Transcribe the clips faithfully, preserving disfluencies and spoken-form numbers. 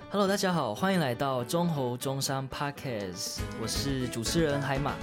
Hello， 大家好，欢迎来到中猴中山 Podcast， 我是主持人海马。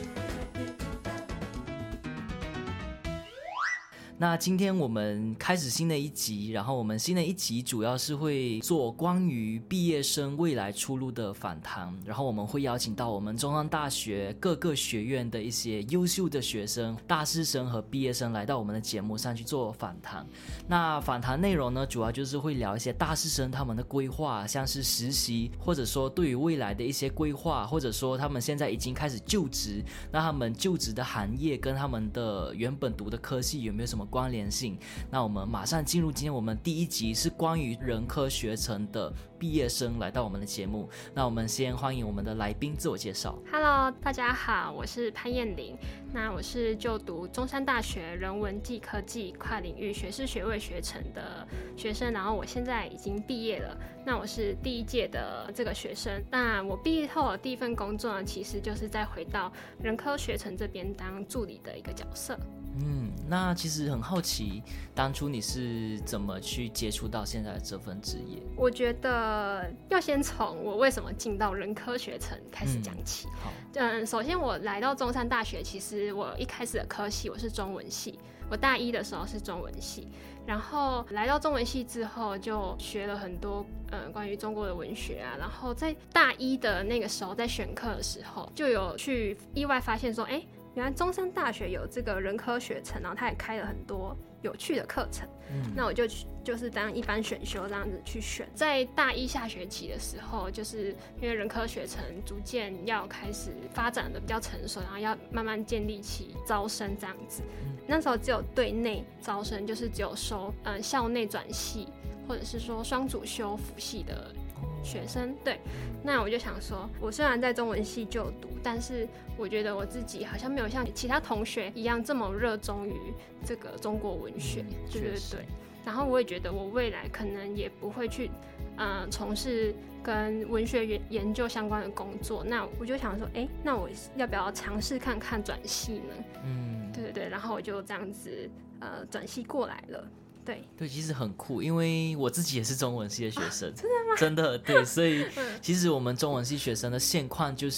那今天我们开始新的一集，然后我们新的一集主要是会做关于毕业生未来出路的访谈，然后我们会邀请到我们中山大学各个学院的一些优秀的学生、大四生和毕业生来到我们的节目上去做访谈。那访谈内容呢，主要就是会聊一些大四生他们的规划，像是实习，或者说对于未来的一些规划，或者说他们现在已经开始就职，那他们就职的行业跟他们的原本读的科系有没有什么关联性？那我们马上进入今天我们第一集，是关于人科学程的毕业生来到我们的节目。那我们先欢迎我们的来宾自我介绍。 Hello， 大家好，我是潘燕玲。那我是就读中山大学人文暨科技跨领域学士学位学程的学生，然后我现在已经毕业了。那我是第一届的这个学生。那我毕业后的第一份工作呢，其实就是再回到人科学程这边当助理的一个角色。 嗯，那其实很好奇，当初你是怎么去接触到现在的这份职业？ 我觉得要先从我为什么进到人科学程开始讲起。 嗯，好。 嗯，首先我来到中山大学，其实我一开始的科系我是中文系，我大一的时候是中文系，然后来到中文系之后就学了很多嗯关于中国的文学啊，然后在大一的那个时候在选课的时候就有去意外发现说，哎，原来中山大学有这个人科学程，然后他也开了很多有趣的课程。嗯，那我就就是当一般选修这样子去选。在大一下学期的时候，就是因为人科学程逐渐要开始发展的比较成熟，然后要慢慢建立起招生这样子。嗯，那时候只有对内招生，就是只有收嗯校内转系或者是说双主修辅系的学生。对，那我就想说，我虽然在中文系就读，但是我觉得我自己好像没有像其他同学一样这么热衷于这个中国文学。嗯，对对对。然后我也觉得我未来可能也不会去呃从事跟文学研究相关的工作。那我就想说，哎，那我要不要尝试看看转系呢？嗯，对对对。然后我就这样子呃转系过来了。对对，其实很酷，因为我自己也是中文系的学生。 啊，真的吗？ 真的，对，所以其实我们中文系学生的现况就是，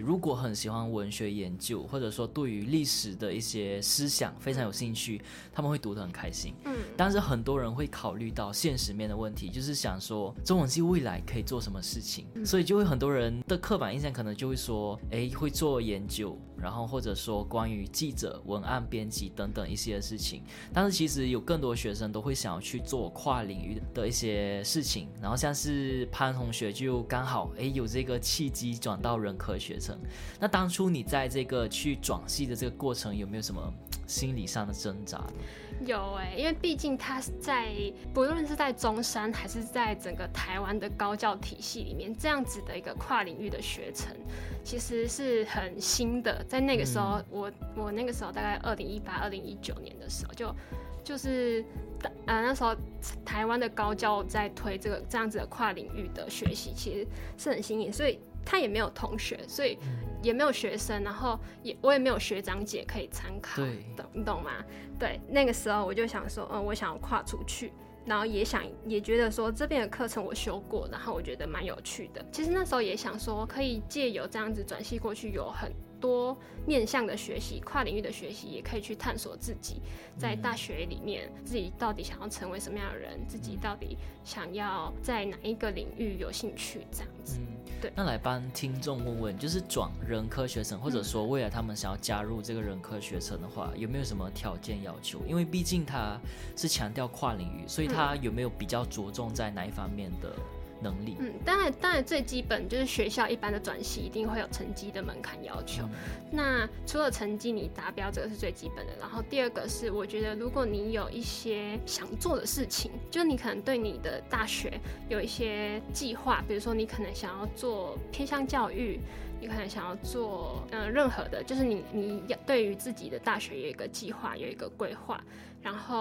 如果很喜欢文学研究，或者说对于历史的一些思想非常有兴趣，他们会读得很开心。嗯，但是很多人会考虑到现实面的问题，就是想说中文系未来可以做什么事情，嗯，所以就会很多人的刻板印象可能就会说，哎，会做研究，然后或者说关于记者、文案编辑等等一些事情。但是其实有更多学生都会想要去做跨领域的一些事情，然后像是潘同学就刚好诶有这个契机转到人科学程。那当初你在这个去转系的这个过程有没有什么心理上的挣扎？ 有哎、欸，因为毕竟他在不论是在中山还是在整个台湾的高教体系里面，这样子的一个跨领域的学程其实是很新的。在那个时候，嗯、我我那个时候大概二零一八、二零一九年的时候，就就是呃那时候台湾的高教在推这个这样子的跨领域的学习，其实是很新颖，所以他也没有同学，所以也没有学生，然后也我也没有学长姐可以参考，懂你懂吗？对，那个时候我就想说，嗯，我想要跨出去，然后也想也觉得说这边的课程我修过，然后我觉得蛮有趣的。其实那时候也想说，可以借由这样子转系过去，有很多面向的学习，跨领域的学习，也可以去探索自己在大学里面自己到底想要成为什么样的人，自己到底想要在哪一个领域有兴趣，这样子。嗯，对。 那来帮听众问问，就是转人科学程，或者说未来他们想要加入这个人科学程的话，有没有什么条件要求？因为毕竟他是强调跨领域，所以他有没有比较着重在哪一方面的能力？ 嗯，当然，当然最基本就是学校一般的转系一定会有成绩的门槛要求。嗯、那除了成绩你达标，这个是最基本的。然后第二个是，我觉得如果你有一些想做的事情，就是你可能对你的大学有一些计划，比如说你可能想要做偏向教育，你可能想要做呃任何的，就是你你对于自己的大学有一个计划，有一个规划，然后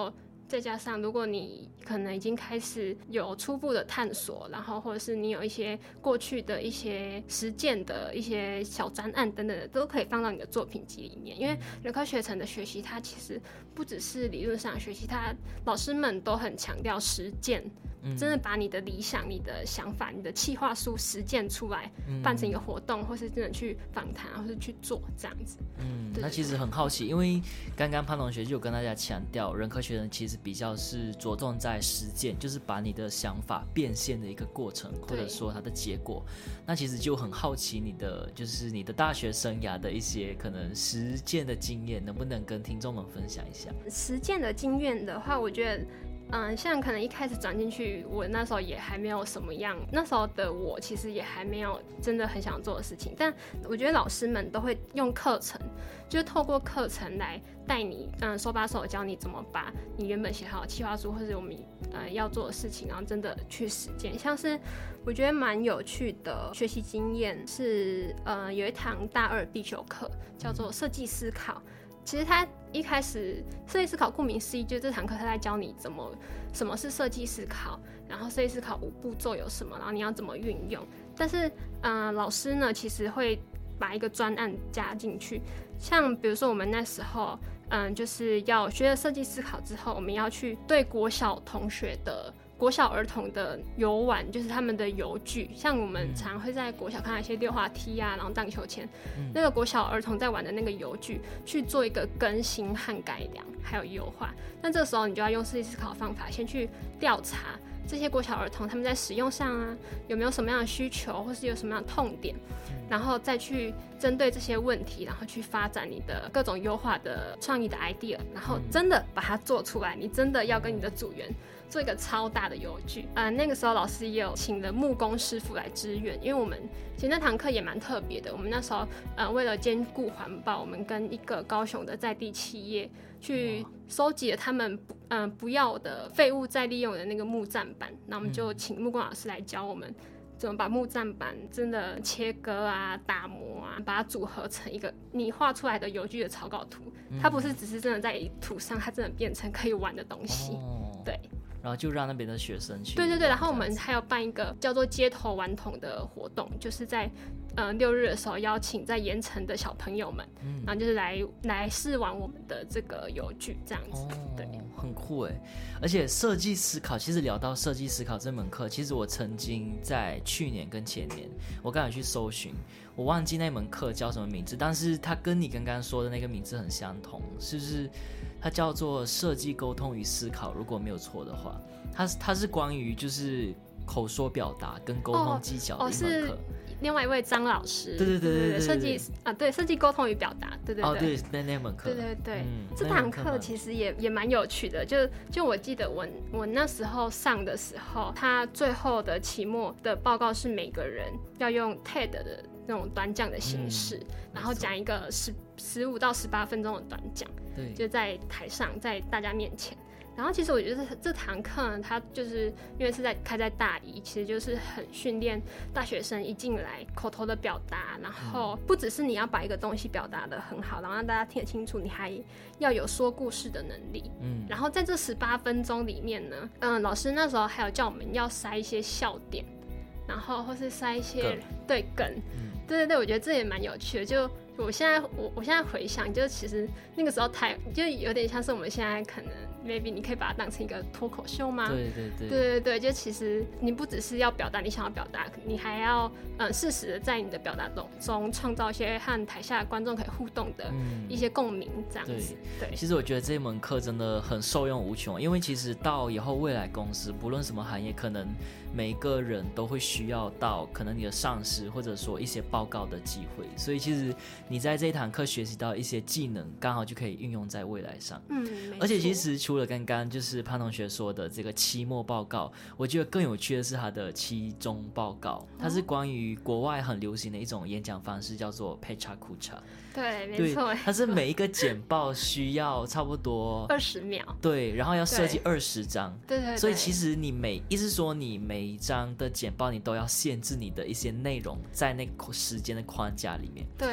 再加上如果你可能已经开始有初步的探索，然后或者是你有一些过去的一些实践的一些小专案等等的，都可以放到你的作品集里面。因为人科学程的学习，它其实不只是理论上的学习，它老师们都很强调实践。真的把你的理想、你的想法、你的企划书实践出来，办成一个活动，或是真的去访谈，或是去做这样子。 嗯，那其实很好奇，因为刚刚潘同学就有跟大家强调，人科学程其实比较是着重在实践，就是把你的想法变现的一个过程，或者说它的结果。那其实就很好奇你的，就是你的大学生涯的一些可能实践的经验，能不能跟听众们分享一下？ 实践的经验的话，我觉得。嗯，像可能一开始转进去，我那时候也还没有什么样，那时候的我其实也还没有真的很想做的事情。但我觉得老师们都会用课程，就是透过课程来带你，嗯，手把手教你怎么把你原本写好的企划书或者我们呃要做的事情，然后真的去实践。像是我觉得蛮有趣的学习经验是，呃，有一堂大二必修课叫做设计思考。其实他一开始设计思考，顾名思义，就这堂课他在教你怎么什么是设计思考，然后设计思考五步骤有什么，然后你要怎么运用。但是，嗯、呃，老师呢其实会把一个专案加进去，像比如说我们那时候，嗯，就是要学了设计思考之后，我们要去对国小同学的。国小儿童的游玩，就是他们的游具，像我们常会在国小看到一些溜滑梯啊，然后荡秋千，嗯、那个国小儿童在玩的那个游具，去做一个更新和改良，还有优化。那这个时候你就要用设计思考的方法，先去调查这些国小儿童他们在使用上啊，有没有什么样的需求，或是有什么样的痛点，然后再去针对这些问题，然后去发展你的各种优化的创意的 idea， 然后真的把它做出来。你真的要跟你的组员做一个超大的游具，呃，那个时候老师也有请了木工师傅来支援，因为我们其实那堂课也蛮特别的。我们那时候，呃，为了兼顾环保，我们跟一个高雄的在地企业去收集了他们不，呃，不要的废物再利用的那个木栈板，那我们就请木工老师来教我们怎么把木栈板真的切割啊、打磨啊，把它组合成一个你画出来的游具的草稿图。它不是只是真的在图上，它真的变成可以玩的东西。哦、对。 然后就让那边的学生去。 对对对，然后我们还有办一个叫做街头顽童的活动，就是在呃六日的时候邀请在盐城的小朋友们，嗯、然后就是来来试玩我们的这个游具这样子。哦、对， 很酷哎！而且设计思考，其实聊到设计思考这门课，其实我曾经在去年跟前年，我刚才去搜寻，我忘记那门课叫什么名字，但是它跟你刚刚说的那个名字很相同，是不是？它叫做设计沟通与思考，如果没有错的话，它它是关于就是口说表达跟沟通技巧的一门课。哦哦， 另外一位张老师， 对对对对对， 设计啊，对设计沟通与表达，对对对， 哦对，那那门课， 对对对，嗯、这堂课其实也也蛮有趣的，就就我记得我我那时候上的时候，他最后的期末的报告是每个人要用 T E D 的那种短讲的形式，嗯、然后讲一个十十五到十八分钟的短讲，对，就在台上，在大家面前。然后其实我觉得这堂课呢，它就是因为是在开在大一，其实就是很训练大学生一进来口头的表达，然后不只是你要把一个东西表达得很好，然后让大家听得清楚，你还要有说故事的能力。嗯，然后在这十八分钟里面呢，嗯，老师那时候还有叫我们要塞一些笑点，然后或是塞一些梗对梗，嗯、对对对，我觉得这也蛮有趣的。就我现在我我现在回想，就其实那个时候台就有点像是我们现在可能 maybe 你可以把它当成一个脱口秀吗？ 对对对对对对，就其实你不只是要表达你想要表达，你还要嗯适时的在你的表达中中创造一些和台下的观众可以互动的一些共鸣，这样子。嗯、对, 对， 其实我觉得这一门课真的很受用无穷，因为其实到以后未来公司不论什么行业，可能每个人都会需要到可能你的上司或者说一些报告的机会，所以其实你在这一堂课学习到一些技能，刚好就可以运用在未来上。 嗯， 而且其实除了刚刚就是潘同学说的这个期末报告，我觉得更有趣的是他的期中报告，它是关于国外很流行的一种演讲方式，叫做 Pecha Kucha。 对，没错， 它是每一个简报需要差不多二十秒， 对，然后要设计二十张， 对 对, 对, 对， 所以其实你每意思说你每一张的简报你都要限制你的一些内容在那个时间的框架里面， 对， 而且你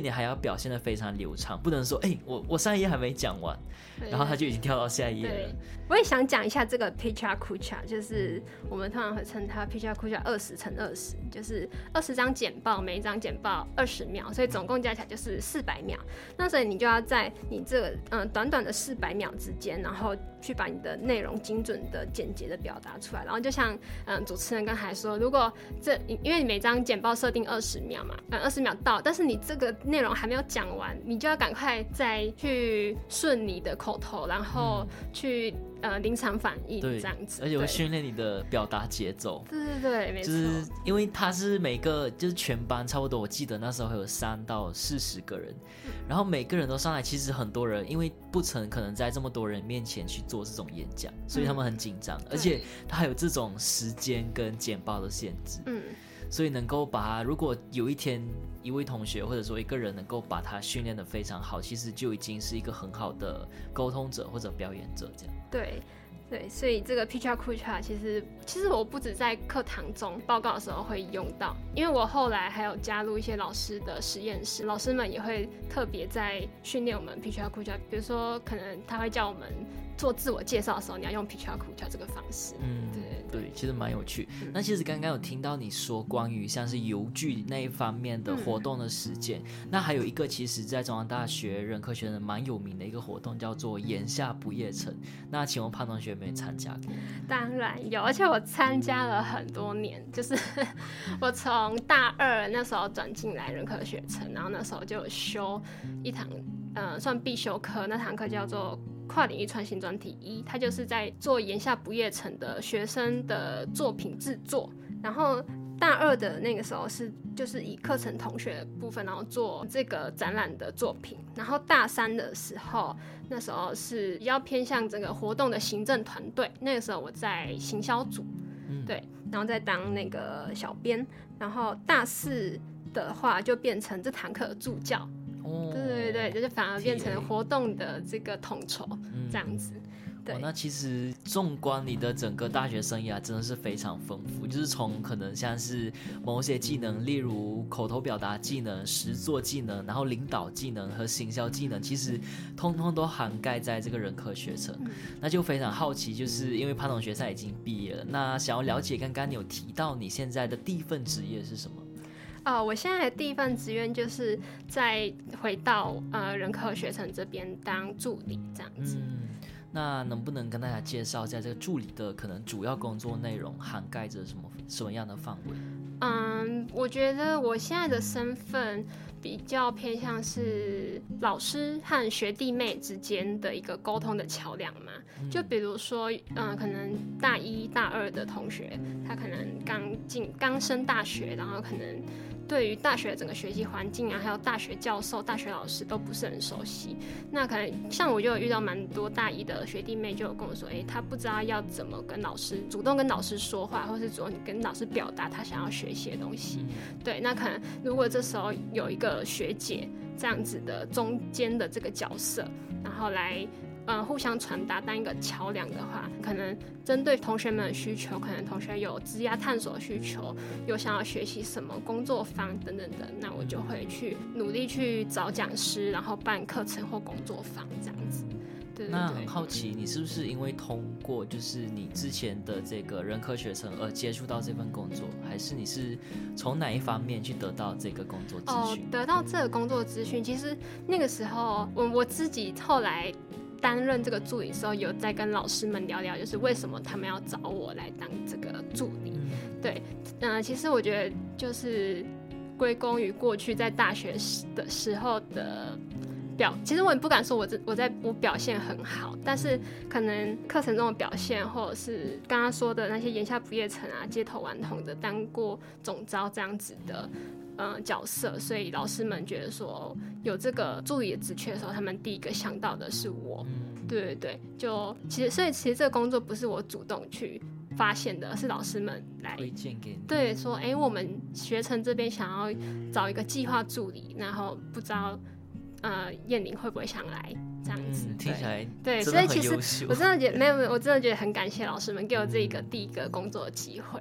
你还要表现得非常流畅，不能说哎、欸，我我上一页还没讲完，然后他就已经跳到下一页了。 我也想讲一下这个 Picha Kucha， 就是我们通常会称它 Picha Kucha 二十乘二十，就是二十张简报，每一张简报二十秒，所以总共加起来就是四百秒。那所以你就要在你这个嗯短短的四百秒之间，然后去把你的内容精准的、简洁的表达出来。然后就像嗯主持人刚才说，如果这因为你每张简报设定二十秒嘛，嗯二十秒到，但是你这个内容还没有讲完，你就要赶快再去顺你的口头，然后去。呃，临场反应这样子， 而且会训练你的表达节奏。 对对对，没错。 就是因为他是每个就是全班差不多，我记得那时候会有三到四十个人，嗯、然后每个人都上来，其实很多人因为不曾可能在这么多人面前去做这种演讲，所以他们很紧张，嗯、而且他还有这种时间跟简报的限制。嗯。所以能够把他，如果有一天一位同学或者说一个人能够把他训练得非常好，其实就已经是一个很好的沟通者或者表演者这样。 对对，所以这个 Picha Kucha 其实其实我不止在课堂中报告的时候会用到，因为我后来还有加入一些老师的实验室，老师们也会特别在训练我们 Picha Kucha， 比如说可能他会叫我们做自我介绍的时候，你要用 Picha Kucha 这个方式。嗯，对对，其实蛮有趣。嗯、那其实刚刚有听到你说关于像是邮具那一方面的活动的实践，嗯、那还有一个其实在中央大学人科学院蛮有名的一个活动叫做炎夏不夜城。那请问潘同学有没有参加过？ 当然有，而且我参加了很多年，就是我从大二那时候转进来人科学程，然后那时候就有修一堂呃算必修课，那堂课叫做跨领域创新专题一，它就是在做炎夏不夜城的学生的作品制作，然后大二的那个时候是就是以课程同学的部分，然后做这个展览的作品，然后大三的时候，那时候是比较偏向整个活动的行政团队，那个时候我在行销组，嗯、对，然后再当那个小编，然后大四的话就变成这堂课的助教。哦、对对对，就是反而变成活动的这个统筹、嗯、这样子。对、 哦，那其实纵观你的整个大学生涯真的是非常丰富，就是从可能像是某些技能，例如口头表达技能、实作技能，然后领导技能和行销技能，其实通通都涵盖在这个人科学程。嗯、那就非常好奇，就是因为潘同学现在已经毕业了，那想要了解刚刚你有提到你现在的第一份职业是什么？ 哦，我现在的第一份职业就是再回到呃人科学程这边当助理这样子。 嗯，那能不能跟大家介绍一下这个助理的可能主要工作内容涵盖着什么什么样的范围？ 嗯，我觉得我现在的身份比较偏向是老师和学弟妹之间的一个沟通的桥梁嘛。嗯、就比如说，嗯，可能大一大二的同学，他可能刚进刚升大学，然后可能对于大学的整个学习环境啊，还有大学教授、大学老师都不是很熟悉。那可能像我就有遇到蛮多大一的学弟妹，就有跟我说，哎，他不知道要怎么跟老师主动跟老师说话，或是主动跟老师表达他想要学习的东西。对，那可能如果这时候有一个学姐这样子的中间的这个角色，然后来呃互相传达当一个桥梁的话，可能针对同学们的需求，可能同学有职业探索的需求，有想要学习什么工作坊等等的，那我就会去努力去找讲师，然后办课程或工作坊这样子。对对对， 那很好奇，你是不是因为通过就是你之前的这个人科学程而接触到这份工作，还是你是从哪一方面去得到这个工作资讯？ 哦，得到这个工作资讯，其实那个时候我我自己后来担任这个助理的时候，有在跟老师们聊聊，就是为什么他们要找我来当这个助理。嗯、对，嗯、呃，其实我觉得就是归功于过去在大学的时候的。其实我也不敢说我我在我表现很好，但是可能课程中的表现，或者是刚刚说的那些炎夏不夜城啊、街头顽童的当过总召这样子的呃角色，所以老师们觉得说有这个助理的职缺的时候，他们第一个想到的是我。嗯、对对对，就其实所以其实这个工作不是我主动去发现的，是老师们来推荐给你。 对，说哎，我们学程这边想要找一个计划助理，然后不知道。呃，燕玲会不会想来这样子？ 嗯、听起来对，所以其实我真的觉得没有没有，我真的觉得很感谢老师们给我这一个第一个工作的机会。嗯，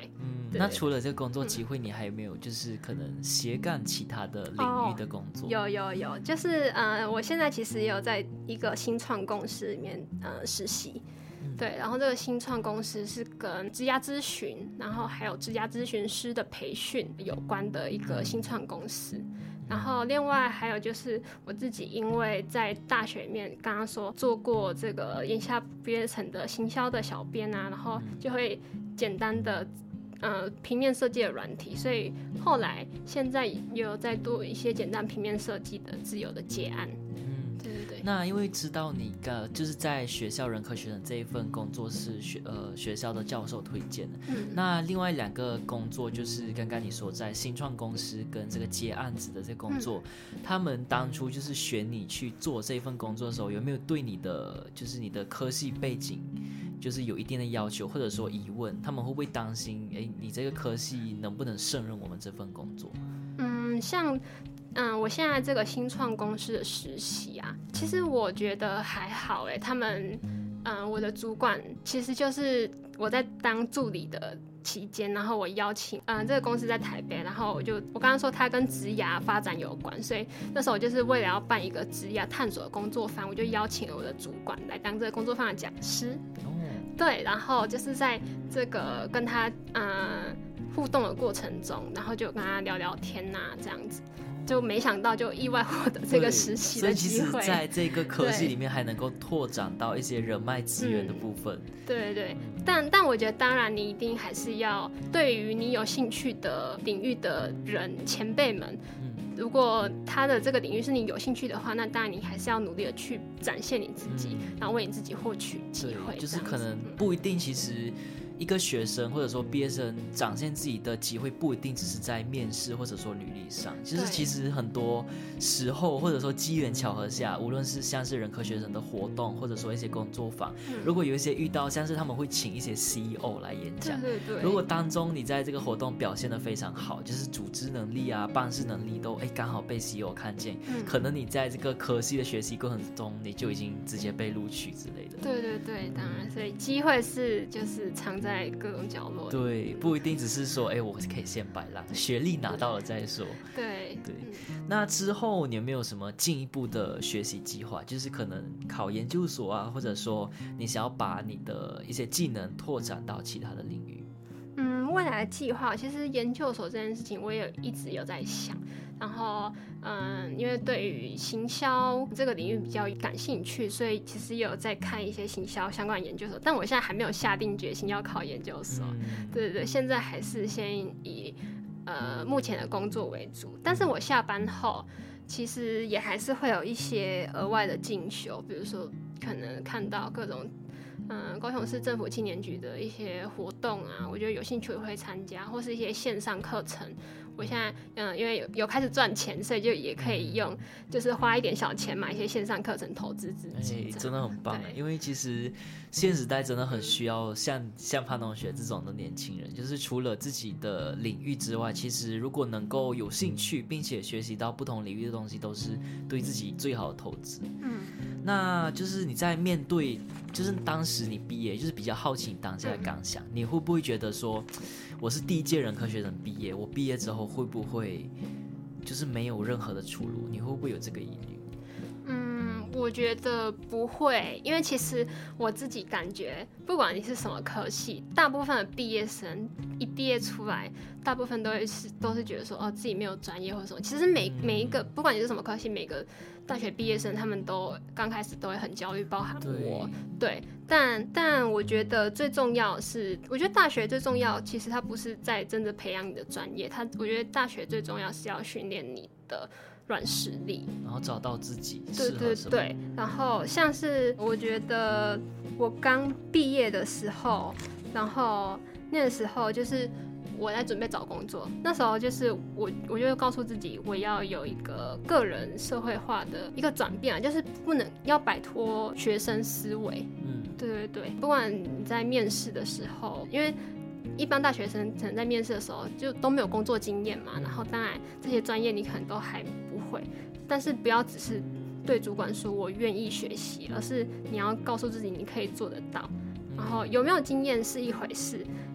那除了这个工作机会、嗯、你还有没有就是可能斜杠其他的领域的工作？ 哦、有有有，就是呃，我现在其实也有在一个新创公司里面呃实习。对，然后这个新创公司是跟职涯咨询，然后还有职涯咨询师的培训有关的一个新创公司。然后另外还有就是我自己，因为在大学里面刚刚说做过这个眼下毕业层的行销的小编啊，然后就会简单的呃平面设计的软体，所以后来现在也有在做一些简单平面设计的自由的接案。 那因为知道你个就是在学校人科学程这一份工作是学呃学校的教授推荐的、嗯，那另外两个工作就是刚刚你说在新创公司跟这个接案子的这个工作、嗯，他们当初就是选你去做这份工作的时候，有没有对你的就是你的科系背景就是有一定的要求，或者说疑问？他们会不会担心，哎，你这个科系能不能胜任我们这份工作？ 嗯，像。嗯，我现在这个新创公司的实习啊，其实我觉得还好哎。他们，嗯，我的主管其实就是我在当助理的期间，然后我邀请，嗯，这个公司在台北，然后我就我刚刚说它跟职涯发展有关，所以那时候我就是为了要办一个职涯探索的工作坊，我就邀请了我的主管来当这个工作坊的讲师。哦，对，然后就是在这个跟他嗯互动的过程中，然后就跟他聊聊天呐、啊，这样子。就没想到就意外获得这个实习的机会， 所以其实在这个科系里面还能够拓展到一些人脉资源的部分。嗯、 对对，但但我觉得当然你一定还是要对于你有兴趣的领域的人前辈们、嗯，如果他的这个领域是你有兴趣的话，那当然你还是要努力的去展现你自己，嗯、然后为你自己获取机会。 就是可能不一定，其实。一个学生或者说毕业生展现自己的机会不一定只是在面试或者说履历上，就是其实很多时候或者说机缘巧合下，无论是像是人科学生的活动或者说一些工作坊、嗯、如果有一些遇到像是他们会请一些 C E O 来演讲， 对对对， 如果当中你在这个活动表现得非常好，就是组织能力啊办事能力都哎刚好被 C E O 看见、嗯、可能你在这个科系的学习过程中你就已经直接被录取之类的。 对对对，当然所以机会是就是藏在在各种角落， 对，不一定只是说，哎，我可以先摆烂，学历拿到了再说。 对对、嗯，那之后你有没有什么进一步的学习计划？就是可能考研究所啊，或者说你想要把你的一些技能拓展到其他的领域？ 嗯，未来的计划，其实研究所这件事情我也一直有在想。然后，嗯，因为对于行销这个领域比较感兴趣，所以其实也有在看一些行销相关的研究所。但我现在还没有下定决心要考研究所。嗯、对对对，现在还是先以呃目前的工作为主。但是我下班后，其实也还是会有一些额外的进修，比如说可能看到各种。嗯，高雄市政府青年局的一些活动啊，我觉得有兴趣也会参加，或是一些线上课程。我现在嗯，因为有有开始赚钱，所以就也可以用，就是花一点小钱买一些线上课程投资自己、 欸，真的很棒。因为其实现时代真的很需要像像潘同学这种的年轻人，就是除了自己的领域之外，其实如果能够有兴趣，并且学习到不同领域的东西，都是对自己最好的投资。嗯，那就是你在面对，就是当时你毕业，就是比较好奇你当下的感想，嗯、你会不会觉得说？我是第一届人科学生毕业，我毕业之后会不会就是没有任何的出路？你会不会有这个疑虑？ 嗯，我觉得不会，因为其实我自己感觉，不管你是什么科系，大部分的毕业生一毕业出来，大部分都会是都是觉得说，哦，自己没有专业或者什么。其实每每一个，不管你是什么科系，每个大学毕业生他们都刚开始都会很焦虑，包含我，对。但但我觉得最重要的是，我觉得大学最重要，其实它不是在真的培养你的专业，它我觉得大学最重要是要训练你的软实力， 然后找到自己适合什么。对对对，然后像是我觉得我刚毕业的时候，然后那个时候就是我在准备找工作，那时候就是我我就告诉自己，我要有一个个人社会化的一个转变啊，就是不能要摆脱学生思维。嗯，对对对，不管你在面试的时候，因为一般大学生可能在面试的时候就都没有工作经验嘛，然后当然这些专业你可能都还不会，但是不要只是对主管说我愿意学习，而是你要告诉自己你可以做得到。然后有没有经验是一回事，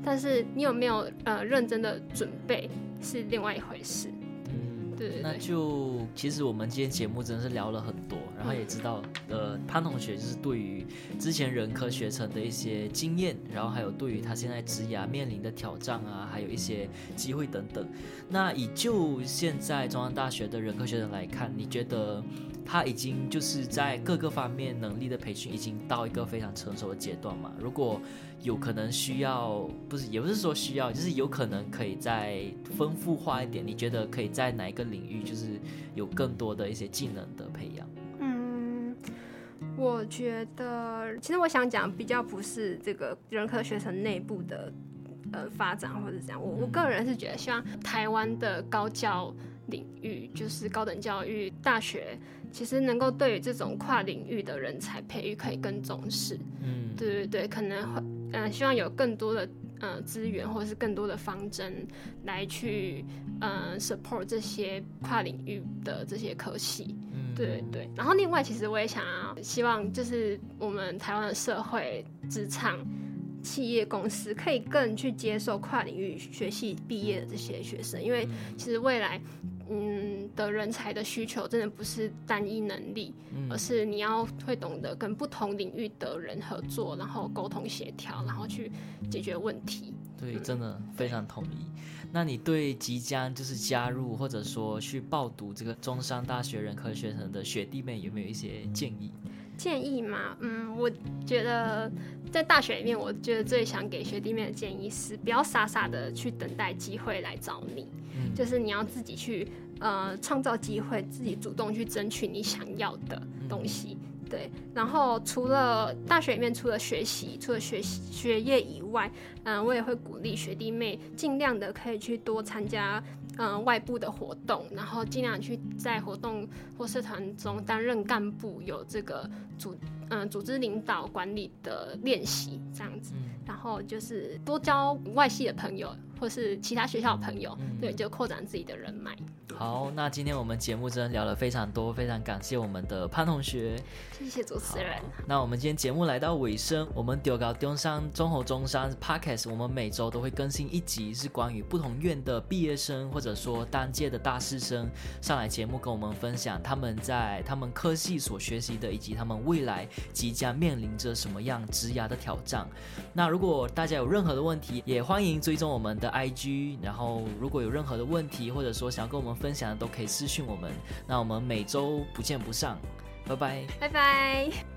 但是你有没有呃认真的准备是另外一回事。对对对， 那就其实我们今天节目真的是聊了很多，然后也知道，呃，潘同学就是对于之前人科学程的一些经验，然后还有对于他现在职涯面临的挑战啊，还有一些机会等等。那以就现在中央大学的人科学程来看，你觉得他已经就是在各个方面能力的培训已经到一个非常成熟的阶段嘛？如果有可能需要，不是也不是说需要，就是有可能可以再丰富化一点。你觉得可以在哪一个领域，就是有更多的一些技能的培养？ 嗯，我觉得其实我想讲比较不是这个人科学程内部的呃发展或者这样，我我个人是觉得希望台湾的高教领域，就是高等教育大学，其实能够对于这种跨领域的人才培育可以更重视。嗯，对对对，可能会嗯、呃、希望有更多的呃资源或者是更多的方针来去呃 support 这些跨领域的这些科系。嗯，对对对。然后另外，其实我也想要希望就是我们台湾的社会职场。企业公司可以更去接受跨领域学系毕业的这些学生，因为其实未来嗯的人才的需求真的不是单一能力，嗯、而是你要会懂得跟不同领域的人合作，然后沟通协调，然后去解决问题。 对，真的非常同意。那你对即将就是加入或者说去报读这个中山大学人科学程的学弟妹有没有一些建议？ 建议嘛，嗯，我觉得在大学里面，我觉得最想给学弟妹的建议是，不要傻傻的去等待机会来找你，嗯、就是你要自己去呃创造机会，自己主动去争取你想要的东西。嗯对，然后除了大学里面除了学习，除了学习学业以外，嗯、呃，我也会鼓励学弟妹尽量的可以去多参加嗯、呃、外部的活动，然后尽量去在活动或社团中担任干部，有这个组嗯、呃、组织领导管理的练习这样子，嗯、然后就是多交外系的朋友或是其他学校的朋友，嗯、对，就扩展自己的人脉。 好，那今天我们节目真的聊了非常多，非常感谢我们的潘同学， 谢谢主持人。 那我们今天节目来到尾声，我们丢高中山中猴中山 Podcast， 我们每周都会更新一集，是关于不同院的毕业生或者说当届的大四生上来节目跟我们分享他们在他们科系所学习的，以及他们未来即将面临着什么样职涯的挑战。那如果大家有任何的问题，也欢迎追踪我们的 I G， 然后如果有任何的问题或者说想要跟我们分享的，都可以私讯我们。那我们每周不见不散，拜拜， 拜拜。